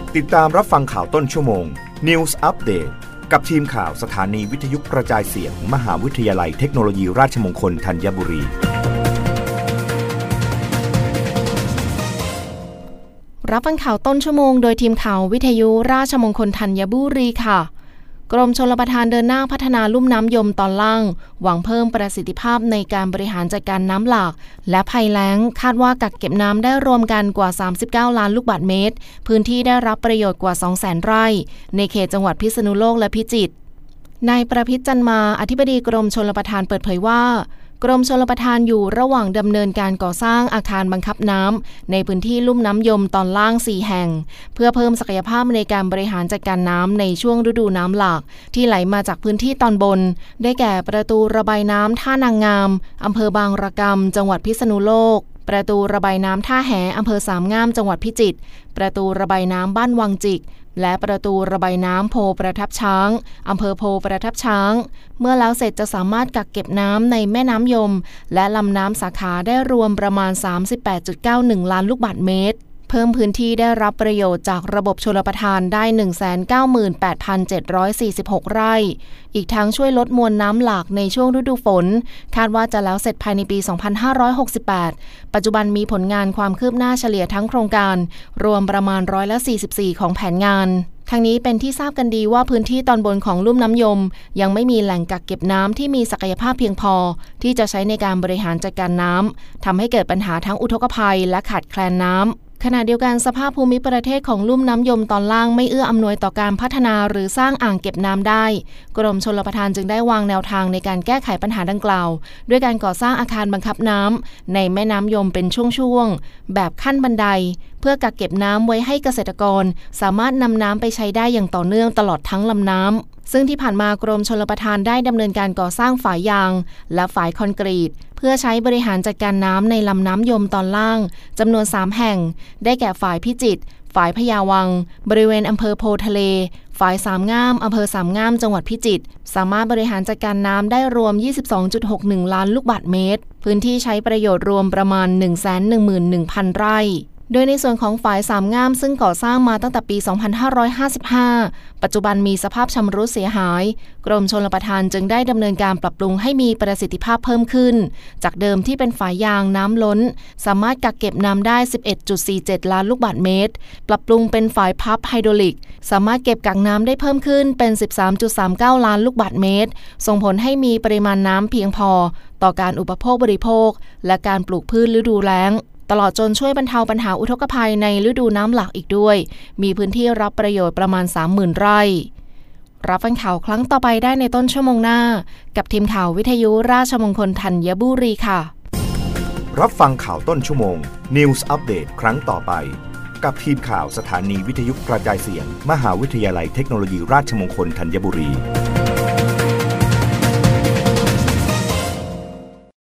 ติดตามรับฟังข่าวต้นชั่วโมง News Update กับทีมข่าวสถานีวิทยุกระจายเสียง มหาวิทยาลัยเทคโนโลยีราชมงคลธัญบุรีรับฟังข่าวต้นชั่วโมงโดยทีมข่าววิทยุราชมงคลธัญบุรีค่ะกรมชลประทานเดินหน้าพัฒนาลุ่มน้ำยมตอนล่างหวังเพิ่มประสิทธิภาพในการบริหารจัดการน้ำหลากและภัยแล้งคาดว่ากักเก็บน้ำได้รวมกันกว่า39ล้านลูกบาศก์เมตรพื้นที่ได้รับประโยชน์กว่า 200,000 ไร่ในเขตจังหวัดพิษณุโลกและพิจิตรนายประพิตรจันมาอธิบดีกรมชลประทานเปิดเผยว่ากรมชลประทานอยู่ระหว่างดำเนินการก่อสร้างอาคารบังคับน้ำในพื้นที่ลุ่มน้ำยมตอนล่าง4แห่งเพื่อเพิ่มศักยภาพในการบริหารจัดการน้ำในช่วงฤดูน้ำหลากที่ไหลมาจากพื้นที่ตอนบนได้แก่ประตูระบายน้ำท่านางงามอำเภอบางระกำจังหวัดพิษณุโลกประตูระบายน้ำท่าแหอำเภอสามงามจังหวัดพิจิตรประตูระบายน้ำบ้านวังจิกและประตูระบายน้ำโพประทับช้างอำเภอโพประทับช้างเมื่อแล้วเสร็จจะสามารถกักเก็บน้ำในแม่น้ำยมและลำน้ำสาขาได้รวมประมาณ 38.91 ล้านลูกบาศก์เมตรเพิ่มพื้นที่ได้รับประโยชน์จากระบบชลประทานได้ 198,746 ไร่อีกทั้งช่วยลดมวลน้ำหลากในช่วงฤดูฝนคาดว่าจะแล้วเสร็จภายในปี 2568 ปัจจุบันมีผลงานความคืบหน้าเฉลี่ยทั้งโครงการรวมประมาณ44%ของแผนงานทั้งนี้เป็นที่ทราบกันดีว่าพื้นที่ตอนบนของลุ่มน้ำยมยังไม่มีแหล่งกักเก็บน้ำที่มีศักยภาพเพียงพอที่จะใช้ในการบริหารจัดการน้ำทำให้เกิดปัญหาทั้งอุทกภัยและขาดแคลนน้ำขณะเดียวกันสภาพภูมิประเทศของลุ่มน้ำยมตอนล่างไม่เอื้ออำนวยต่อการพัฒนาหรือสร้างอ่างเก็บน้ำได้กรมชลประทานจึงได้วางแนวทางในการแก้ไขปัญหาดังกล่าวด้วยการก่อสร้างอาคารบังคับน้ำในแม่น้ำยมเป็นช่วงๆแบบขั้นบันไดเพื่อกักเก็บน้ำไว้ให้เกษตรกรสามารถนำน้ำไปใช้ได้อย่างต่อเนื่องตลอดทั้งลำน้ำซึ่งที่ผ่านมากรมชลประทานได้ดำเนินการก่อสร้างฝายยางและฝายคอนกรีตเพื่อใช้บริหารจัดการน้ำในลำน้ำยมตอนล่างจำนวน3แห่งได้แก่ฝายพิจิตรฝายพญาวังบริเวณอำเภอโพทะเลฝายสามงามอำเภอสามงามจังหวัดพิจิตรสามารถบริหารจัดการน้ำได้รวม 22.61 ล้านลูกบาศก์เมตรพื้นที่ใช้ประโยชน์รวมประมาณ 111,000 ไร่โดยในส่วนของฝายสามงามซึ่งก่อสร้างมาตั้งแต่ปี 2555 ปัจจุบันมีสภาพชำรุดเสียหายกรมชลประทานจึงได้ดำเนินการปรับปรุงให้มีประสิทธิภาพเพิ่มขึ้นจากเดิมที่เป็นฝายยางน้ำล้นสามารถกักเก็บน้ำได้ 11.47 ล้านลูกบาศก์เมตรปรับปรุงเป็นฝายพับไฮดรอลิกสามารถเก็บกักน้ำได้เพิ่มขึ้นเป็น 13.39 ล้านลูกบาศก์เมตรส่งผลให้มีปริมาณน้ำเพียงพอต่อการอุปโภคบริโภคและการปลูกพืชฤดูแล้งตลอดจนช่วยบรรเทาปัญหาอุทกภัยในฤดูน้ำหลากอีกด้วยมีพื้นที่รับประโยชน์ประมาณ 30,000 ไร่รับฟังข่าวครั้งต่อไปได้ในต้นชั่วโมงหน้ากับทีมข่าววิทยุราชมงคลธัญบุรีค่ะรับฟังข่าวต้นชั่วโมง News Update ครั้งต่อไปกับทีมข่าวสถานีวิทยุกระจายเสียงมหาวิทยาลัยเทคโนโลยีราชมงคลธัญบุรี